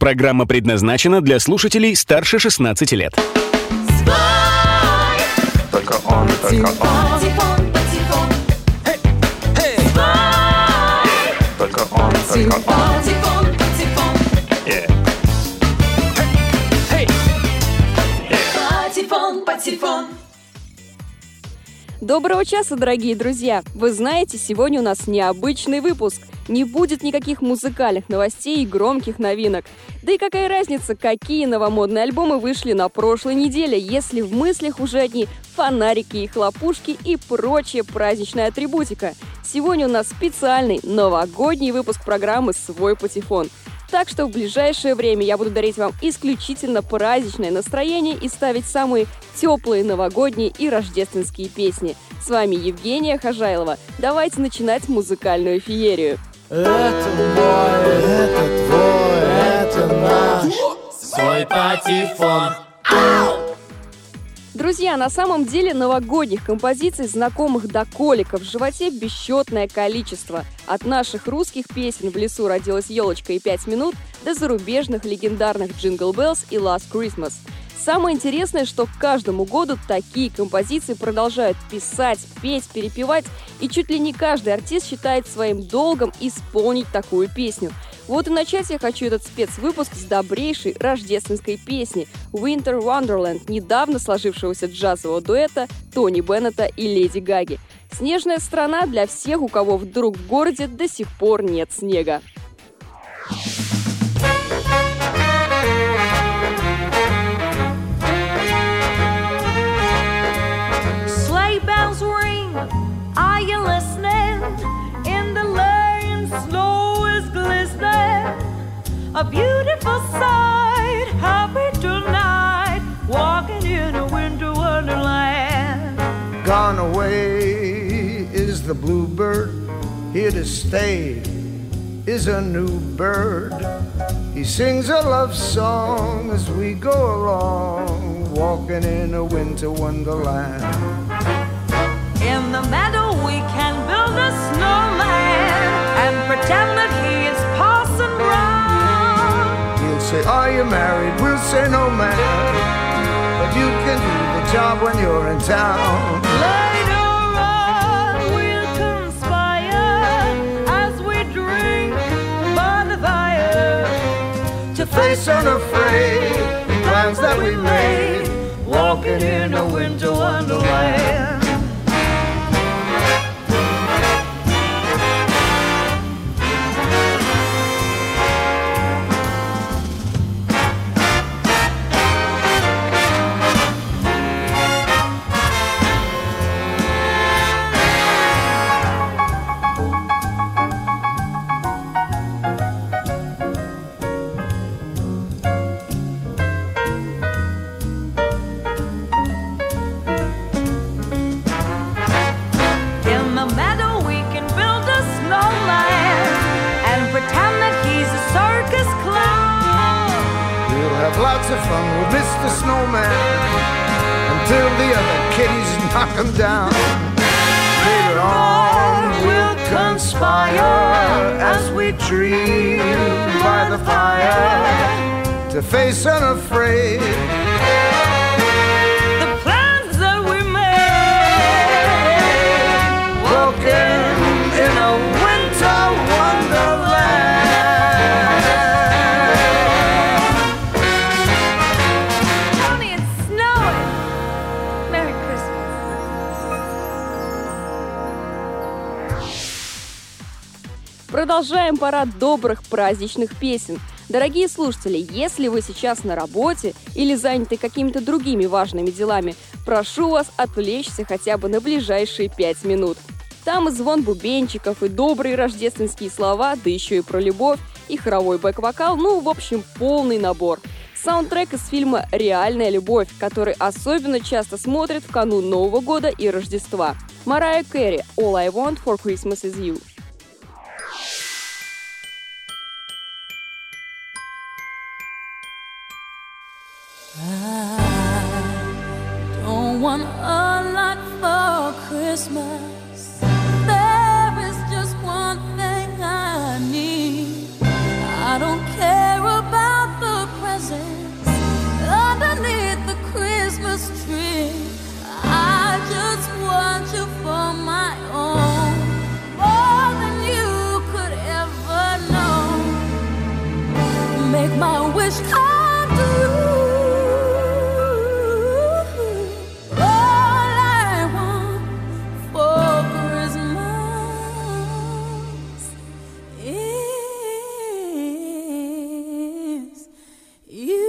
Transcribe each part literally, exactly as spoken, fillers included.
Программа предназначена для слушателей старше шестнадцати лет. Только он, только он. Только он, только он. Yeah. Hey. Yeah. Доброго часа, дорогие друзья! Вы знаете, сегодня у нас необычный выпуск. Не будет никаких музыкальных новостей и громких новинок. Да и какая разница, какие новомодные альбомы вышли на прошлой неделе, если в мыслях уже одни фонарики и хлопушки и прочая праздничная атрибутика. Сегодня у нас специальный новогодний выпуск программы «Свой патефон». Так что в ближайшее время я буду дарить вам исключительно праздничное настроение и ставить самые теплые новогодние и рождественские песни. С вами Евгения Хожайлова. Давайте начинать музыкальную феерию. Это мой, это твой, это наш свой патефон. Друзья, на самом деле новогодних композиций, знакомых до колика в животе, бесчетное количество. От наших русских песен «В лесу родилась елочка» и «Пять минут» до зарубежных легендарных «Jingle Bells» и «Last Christmas». Самое интересное, что к каждому году такие композиции продолжают писать, петь, перепевать, и чуть ли не каждый артист считает своим долгом исполнить такую песню. Вот и начать я хочу этот спецвыпуск с добрейшей рождественской песни «Winter Wonderland» недавно сложившегося джазового дуэта Тони Беннета и Леди Гаги. Снежная страна для всех, у кого вдруг в городе до сих пор нет снега. Sleigh bells ring, are you listening? In the lane, snow is glistening. A beautiful sight, happy tonight, walking in a winter wonderland. Gone away is the bluebird, here to stay is a new bird. He sings a love song as we go along, walking in a winter wonderland. In the meadow we can build a snowman and pretend that he is Parson Brown. He'll say, are you married? We'll say, no, man, but you can do the job when you're in town. Later on we'll conspire as we drink by the fire To face unafraid the plans that we made, walking in a winter wonderland. Lots of fun with Mister Snowman until the other kitties knock him down. Later on we'll conspire as we dream by the fire to face unafraid the plans that we made, walking in a winter wonderland. Продолжаем парад добрых праздничных песен. Дорогие слушатели, если вы сейчас на работе или заняты какими-то другими важными делами, прошу вас отвлечься хотя бы на ближайшие пять минут. Там и звон бубенчиков, и добрые рождественские слова, да еще и про любовь, и хоровой бэк-вокал, ну, в общем, полный набор. Саундтрек из фильма «Реальная любовь», который особенно часто смотрят в канун Нового года и Рождества. Марайя Кэрри «All I Want for Christmas is You». I don't want a lot for Christmas. There is just one thing I need. I don't care about the wish come true. All I want for Christmas is you.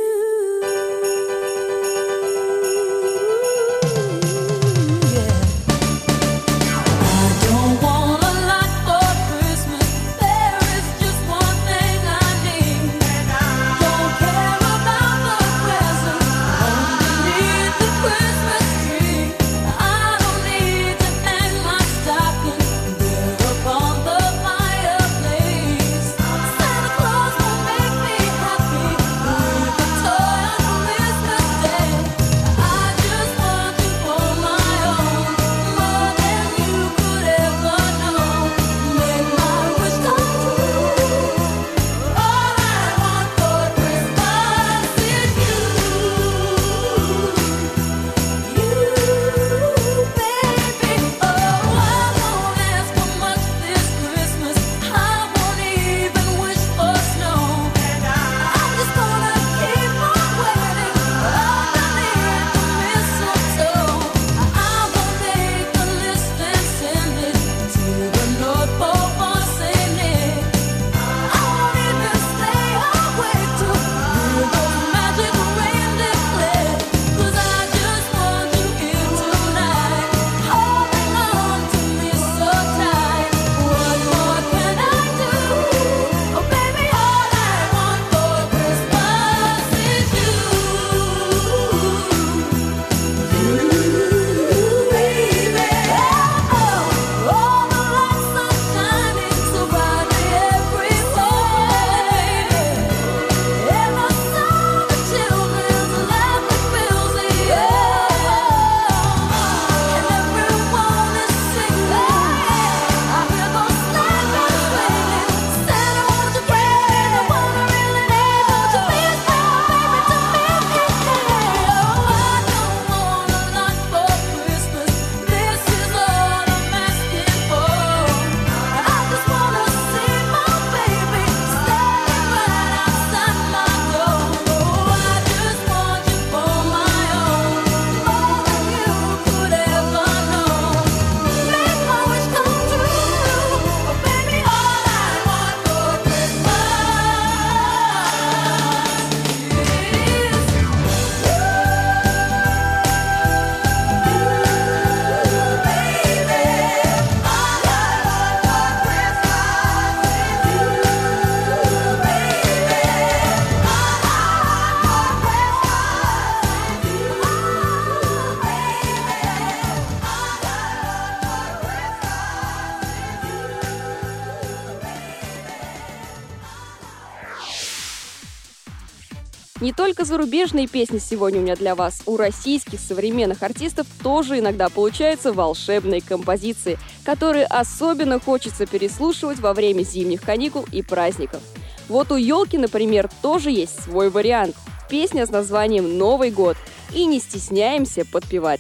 Не только зарубежные песни сегодня у меня для вас. У российских современных артистов тоже иногда получаются волшебные композиции, которые особенно хочется переслушивать во время зимних каникул и праздников. Вот у «Елки», например, тоже есть свой вариант. Песня с названием «Новый год». И не стесняемся подпевать.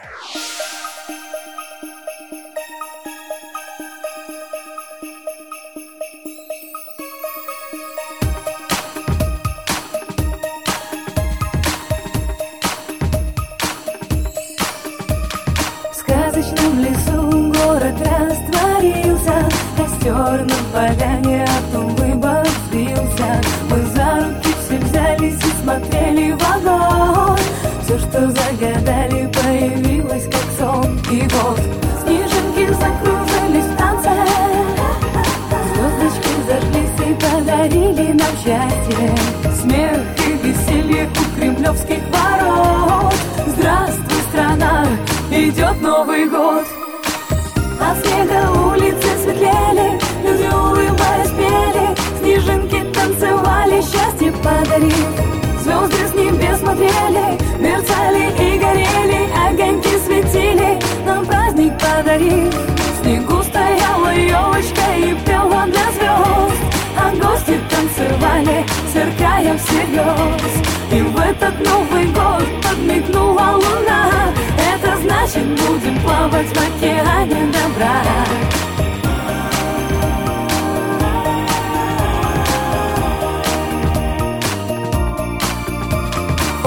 В сказочном лесу город растворился, костер на поляне от улыбок сбился. Мы за руки все взялись и смотрели в огонь. Все, что загадали, появилось как сон. И вот снежинки закружились в танце, звездочки зажглись и подарили нам счастье. Смех и веселье у кремлевских ворот. Здравствуй, страна, идет Новый год. От снега улицы светлели, люди улыбаясь пели, снежинки танцевали, счастье подарив. Звезды с небес смотрели, мерцали и горели, огоньки светили, нам праздник подарив. В снегу стояла елочка и пела для звезд, а гости танцевали, сверкая всерьез. И в этот Новый год подмигнула луна. Это значит, будем плавать в океане добра.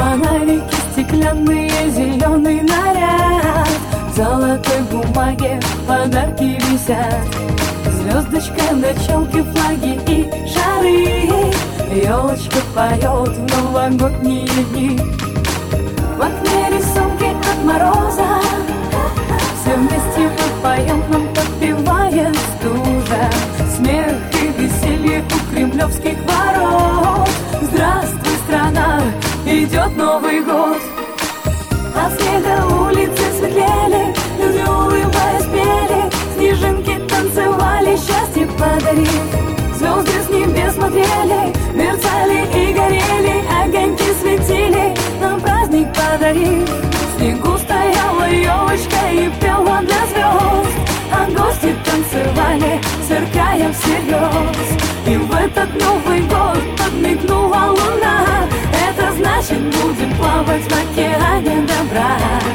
Фонарики стеклянные, зеленый наряд, в золотой бумаге подарки висят. Звездочка на челке, флаги и шары, елочка поет в новогодние дни. В окне рисунки от мороза, все вместе мы поем, нам подпевает стужа. Смех и веселье у кремлевских ворот. Здравствуй, страна, идет Новый год. От снега улицы светлели, люди улыбаясь пели, снежинки танцевали, счастье подарив. Звезды с небес смотрели, мерцали и горели, огоньки светили, нам праздник подарив. В снегу стояла елочка и пела для звезд, а гости танцевали, сверкая всерьез. И в этот Новый год подмигнула луна, это значит, будем плавать в океане добра.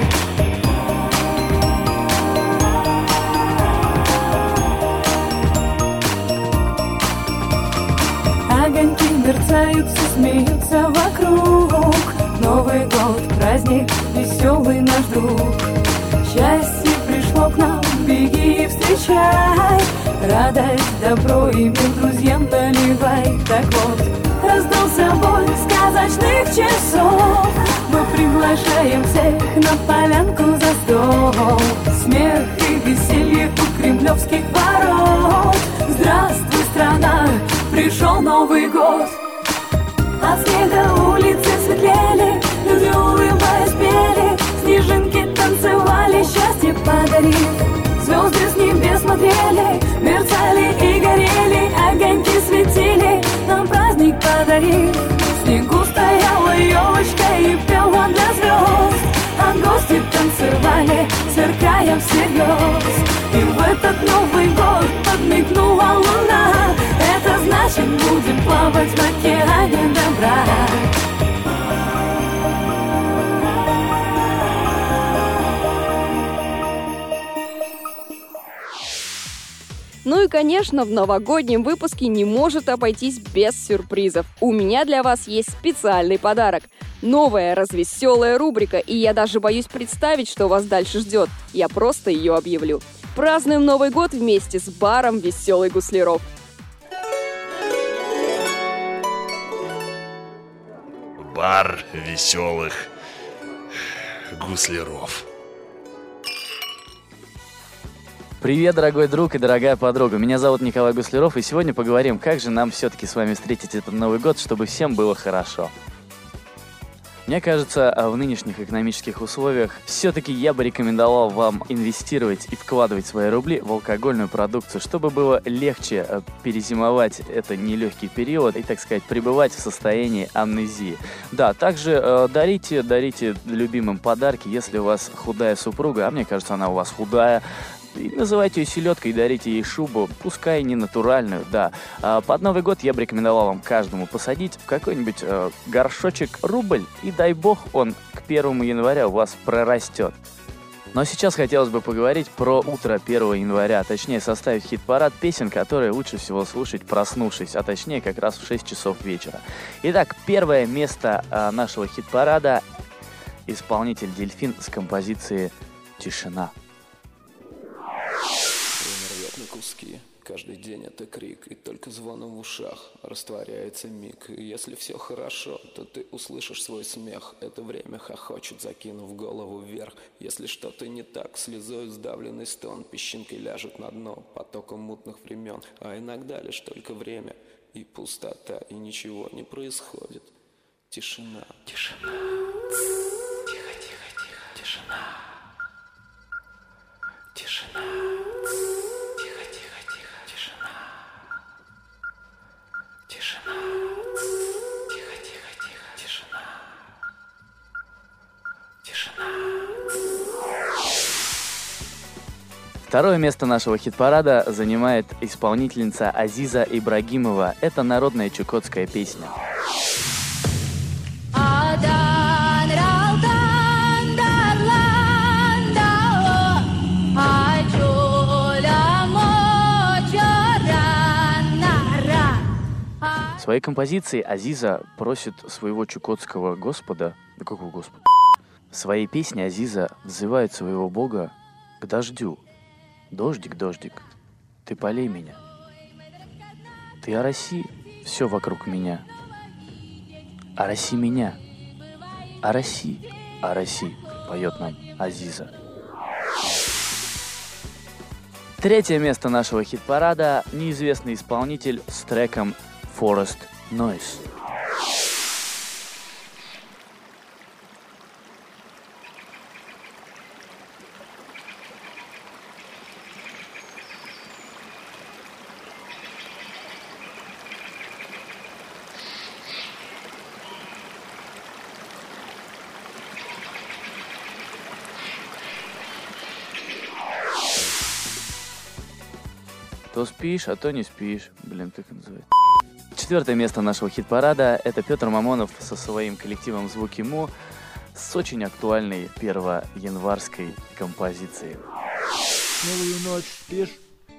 Огоньки мерцают, все смеются вокруг. Новый год, праздник, веселый наш друг. Счастье пришло к нам, беги и встречай. Радость, добро и мир друзьям наливай. Так вот, раздался бой сказочных часов. Мы приглашаем всех на полянку за стол. Смех и веселье у кремлевских ворот. Здравствуй, страна, пришел Новый год. От снега улицы светлели, люди улыбаясь пели, снежинки танцевали, счастье подарив. Звезды с небес смотрели, мерцали и горели, огоньки светили, нам праздник подарив. В снегу стояла елочка и пела для звезд, а гости танцевали, сверкая всерьез. И в этот Новый год подмигнула луна, это значит, будем плавать в океане добра. Ну и, конечно, в новогоднем выпуске не может обойтись без сюрпризов. У меня для вас есть специальный подарок. Новая развеселая рубрика, и я даже боюсь представить, что вас дальше ждет. Я просто ее объявлю. Празднуем Новый год вместе с баром «Веселый Гусляров». Бар веселых гусляров. Привет, дорогой друг и дорогая подруга. Меня зовут Николай Гусляров, и сегодня поговорим, как же нам все-таки с вами встретить этот Новый год, чтобы всем было хорошо. Мне кажется, в нынешних экономических условиях все-таки я бы рекомендовал вам инвестировать и вкладывать свои рубли в алкогольную продукцию, чтобы было легче перезимовать этот нелегкий период и, так сказать, пребывать в состоянии амнезии. Да, также э, дарите, дарите любимым подарки, если у вас худая супруга, а мне кажется, она у вас худая. И называйте ее селедкой и дарите ей шубу, пускай не натуральную, да. А под Новый год я бы рекомендовал вам каждому посадить в какой-нибудь э, горшочек рубль, и дай бог он к первому января у вас прорастет. Но сейчас хотелось бы поговорить про утро первого января, точнее составить хит-парад песен, которые лучше всего слушать проснувшись, а точнее как раз в шесть часов вечера. Итак, первое место э, нашего хит-парада — исполнитель «Дельфин» с композицией «Тишина». На куски. Каждый день это крик, и только звоном в ушах растворяется миг. И если все хорошо, то ты услышишь свой смех. Это время хохочет, закинув голову вверх. Если что-то не так, слезой сдавленный стон, песчинкой ляжет на дно потоком мутных времен. А иногда лишь только время и пустота, и ничего не происходит. Тишина. Тишина. Тихо, тихо, тихо. Тишина. Тишина. Второе место нашего хит-парада занимает исполнительница Азиза Ибрагимова. Это народная чукотская песня. В своей композиции Азиза просит своего чукотского господа Да какого Господа? В своей песне Азиза взывает своего бога к дождю. Дождик, дождик, ты полей меня. Ты ороси все вокруг меня. Ороси меня. Ороси, ороси, поет нам Азиза. Третье место нашего хит-парада – неизвестный исполнитель с треком Forest Noise. То спишь, а то не спишь. Блин, как это называется? Четвертое место нашего хит-парада – это Петр Мамонов со своим коллективом «Звуки Му» с очень актуальной первоянварской композицией. Целую ночь спишь,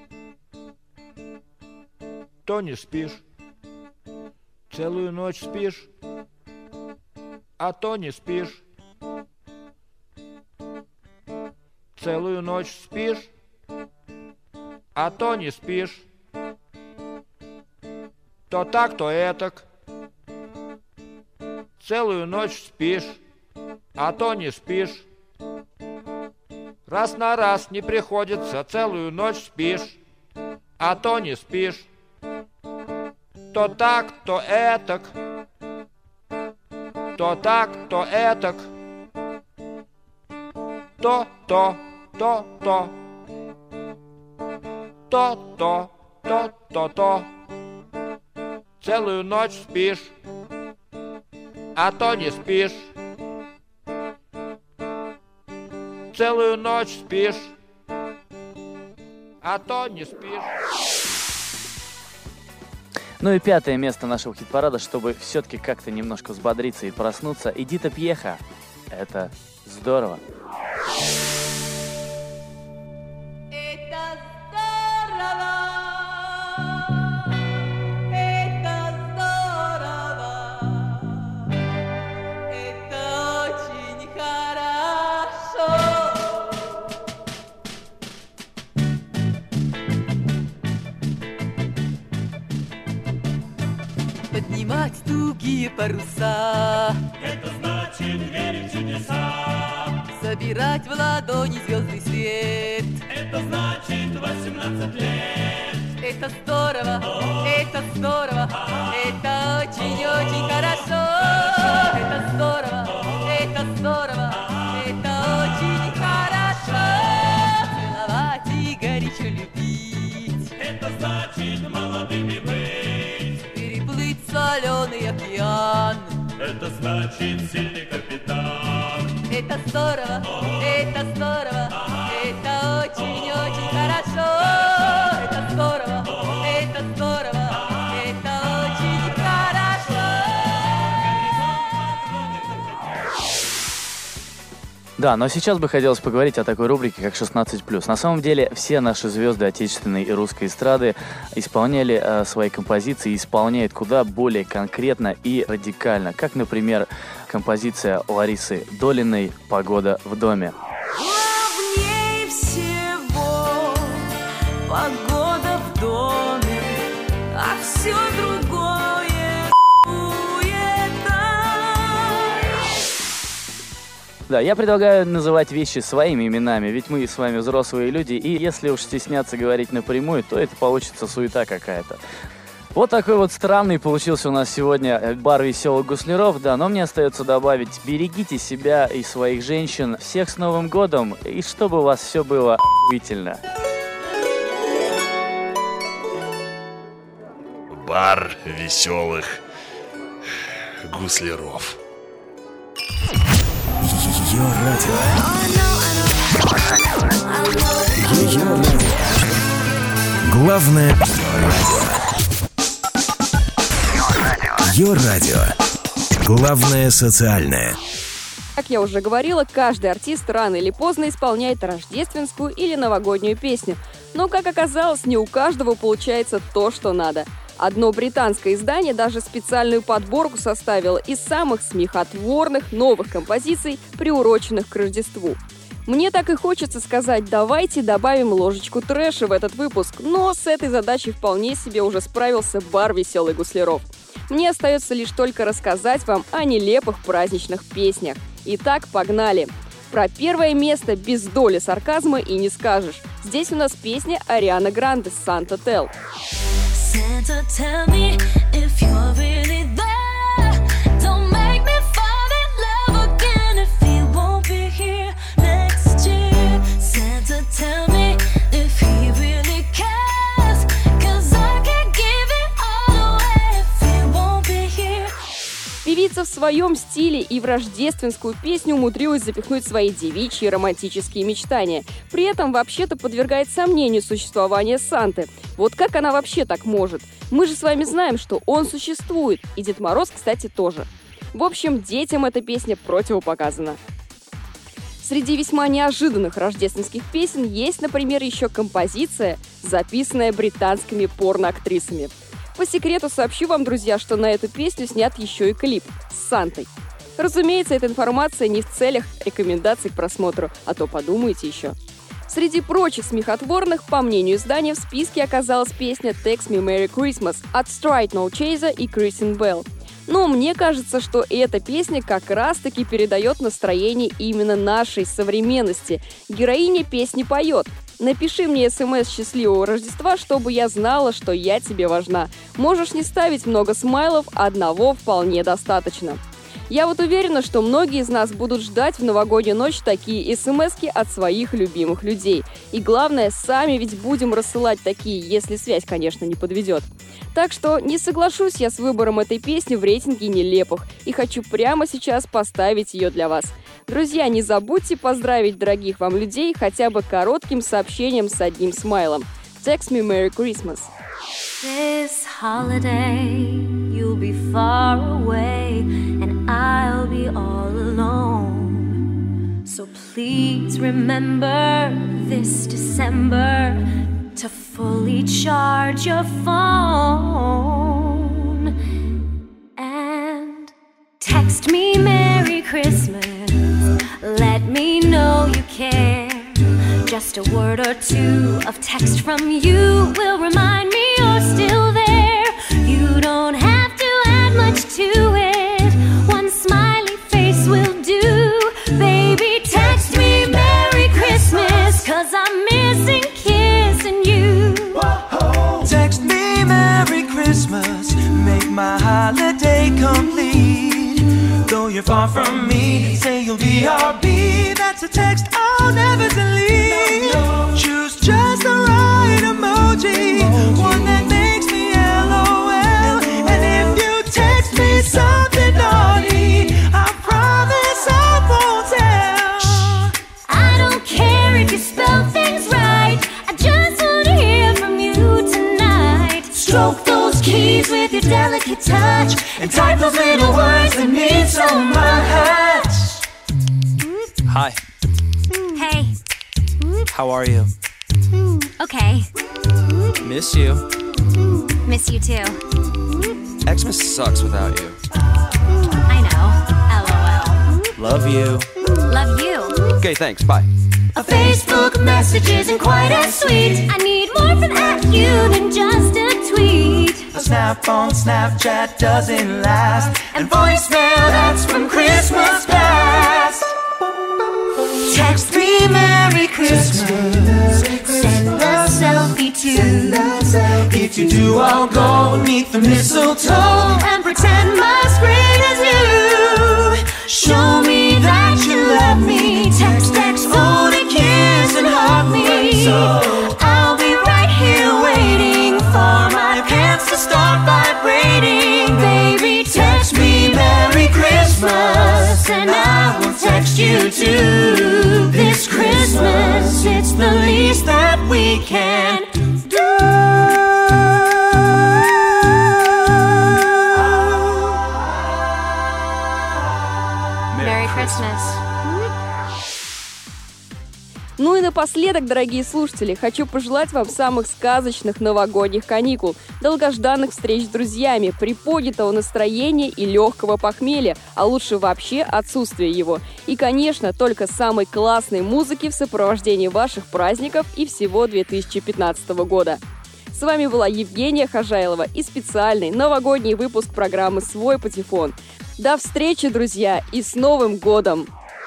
то не спишь. Целую ночь спишь, а то не спишь. Целую ночь спишь, а то не спишь. То так, то этак. Целую ночь спишь, а то не спишь. Раз на раз не приходится, целую ночь спишь, а то не спишь. То так, то этак. То так, то этак. То, то, то, то. То-то, то-то-то. Целую ночь спишь, а то не спишь. Целую ночь спишь, а то не спишь. Ну и пятое место нашего хит-парада, чтобы все-таки как-то немножко взбодриться и проснуться. Эдита Пьеха. Это здорово. Поднимать тугие паруса, это значит верить в чудеса. Собирать в ладони звездный свет, это значит восемнадцать лет. Это здорово, О, это здорово, а, это очень-очень хорошо. Это здорово, О, это здорово, а, это очень хорошо. Целовать и горячо любить, это значит молодыми быть. Переплыть соленый океан, это значит сильный капитан. это здорово, О, это здорово, а, это очень-очень хорошо. Это здорово, это здорово, это очень хорошо. Да, но сейчас бы хотелось поговорить о такой рубрике, как шестнадцать плюс. На самом деле, все наши звезды отечественной и русской эстрады исполняли э, свои композиции и исполняют куда более конкретно и радикально. Как, например, композиция Ларисы Долиной «Погода в доме». Главнее всего погода в доме, а все другое хуета. Да, я предлагаю называть вещи своими именами, ведь мы с вами взрослые люди, и если уж стесняться говорить напрямую, то это получится суета какая-то. Вот такой вот странный получился у нас сегодня бар веселых гусляров, да, но мне остается добавить: берегите себя и своих женщин, всех с Новым годом, и чтобы у вас все было охуительно. Бар веселых гусляров. Ее радио. Ее радио. Главное радио. Ее радио. Главное социальное. Как я уже говорила, каждый артист рано или поздно исполняет рождественскую или новогоднюю песню. Но, как оказалось, не у каждого получается то, что надо. Одно британское издание даже специальную подборку составило из самых смехотворных новых композиций, приуроченных к Рождеству. Мне так и хочется сказать, давайте добавим ложечку трэша в этот выпуск, но с этой задачей вполне себе уже справился бар «Веселый Гусляров». Мне остается лишь только рассказать вам о нелепых праздничных песнях. Итак, погнали! Про первое место без доли сарказма и не скажешь. Здесь у нас песня Арианы Гранде «Santa Tell». Santa, tell me if you're really there. Don't make me fall in love again if he won't be here next year. Santa, tell me if he really cares. Cause I can't give it all away if he won't be here. Певица в своем стиле и в рождественскую песню умудрилась запихнуть свои девичьи романтические мечтания. При этом вообще-то подвергает сомнению существование Санты. Вот как она вообще так может? Мы же с вами знаем, что он существует. И Дед Мороз, кстати, тоже. В общем, детям эта песня противопоказана. Среди весьма неожиданных рождественских песен есть, например, еще композиция, записанная британскими порноактрисами. По секрету сообщу вам, друзья, что на эту песню снят еще и клип с Сантой. Разумеется, эта информация не в целях рекомендаций к просмотру, а то подумайте еще. Среди прочих смехотворных, по мнению издания, в списке оказалась песня «Text Me Merry Christmas» от Straight No Chaser и Kristen Bell. Но мне кажется, что эта песня как раз-таки передает настроение именно нашей современности. Героиня песни поет: «Напиши мне смс счастливого Рождества, чтобы я знала, что я тебе важна. Можешь не ставить много смайлов, одного вполне достаточно». Я вот уверена, что многие из нас будут ждать в новогоднюю ночь такие смски от своих любимых людей. И главное, сами ведь будем рассылать такие, если связь, конечно, не подведет. Так что не соглашусь я с выбором этой песни в рейтинге нелепых и хочу прямо сейчас поставить ее для вас. Друзья, не забудьте поздравить дорогих вам людей хотя бы коротким сообщением с одним смайлом. Text me Merry Christmas. This holiday, you'll be far away, and I'll be all alone. So please remember this December to fully charge your phone. And text me Merry Christmas, let me know you care. Just a word or two of text from you will remind me you're still there. You don't have to add much to it. One smiley face will do. Baby, text me Merry Christmas, cause I'm missing kissing you. Whoa. Text me Merry Christmas, make my holiday complete. Though you're far from me, say you'll be R B. That's a text I'll never delete. No, no. Choose just the right emoji, one that makes me L O L. And if you text me something naughty, I promise I won't tell. I don't care if you spell things right, I just want to hear from you tonight. Stroke those keys with your delicate touch, and type those little words that mean so much. Hi. Hey. How are you? Okay. Miss you. Miss you too. Xmas sucks without you. I know. LOL. Love you. Love you. Okay, thanks. Bye. A Facebook message isn't quite as sweet. I need more from at you than just a tweet. A snap on Snapchat doesn't last, and voicemail that's from Christmas past. Text me Merry Christmas, send a selfie too. If you do, I'll go meet the mistletoe and pretend my screen is you. Show me that you love me. Text X O to kiss and hug me. I'll be right here waiting for my pants to start vibrating. Baby, text me Merry Christmas, and I will text you too. This Christmas, it's the least that we can do. Merry Christmas. Ну и напоследок, дорогие слушатели, хочу пожелать вам самых сказочных новогодних каникул, долгожданных встреч с друзьями, приподнятого настроения и легкого похмелья, а лучше вообще отсутствия его. И, конечно, только самой классной музыки в сопровождении ваших праздников и всего две тысячи пятнадцатого года. С вами была Евгения Хожайлова и специальный новогодний выпуск программы «Свой патефон». До встречи, друзья, и с Новым годом!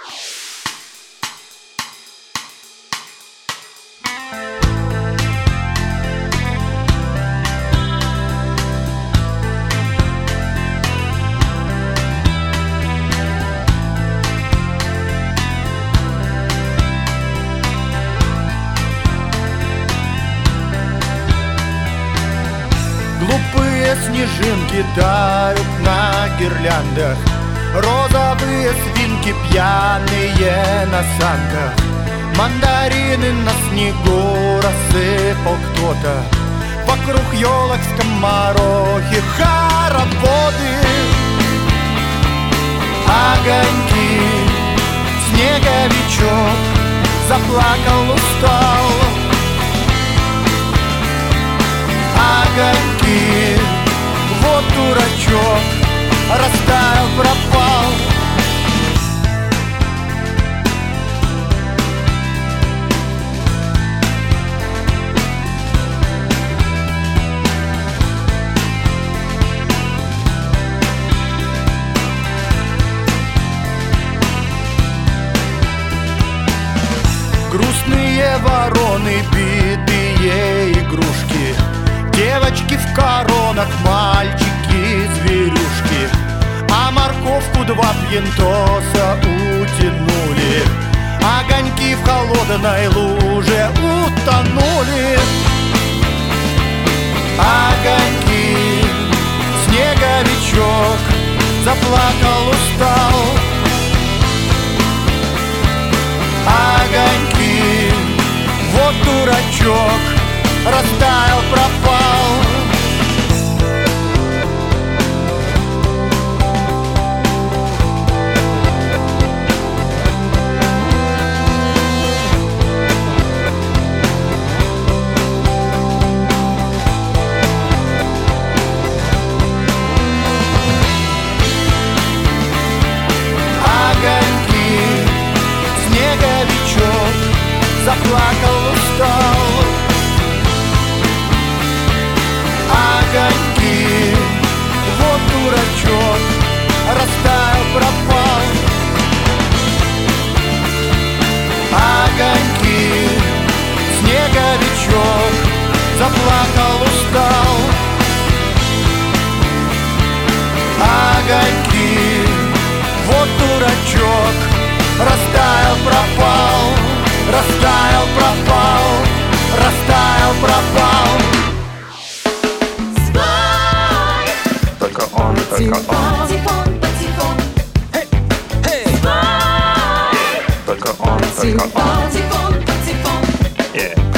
Глупые снежинки тают на гирляндах, розовые свинки пьяные на санках. Мандарины на снегу рассыпал кто-то, вокруг елок скоморохи, хороводы, огоньки. Снеговичок заплакал, устал. Огоньки, вот дурачок, растаял, пропал. Грустные вороны, битые игрушки, девочки в коронах, мальчики зверюшки, а морковку два пьянтоса утянули. Огоньки в холодной луже утонули. Огоньки, снеговичок заплакал, устал. Огоньки, вот дурачок, растаял, пропал. Огоньки, снеговичок заплакал, устал. Огоньки, вот дурачок, растаял, пропал. Огоньки, снеговичок заплакал, устал. Огоньки, вот дурачок, растаял, пропал. Растаял, пропал, растаял, пропал. Только он, только он. Патефон, патефон. Только он, только он. Патефон, патефон. Yeah.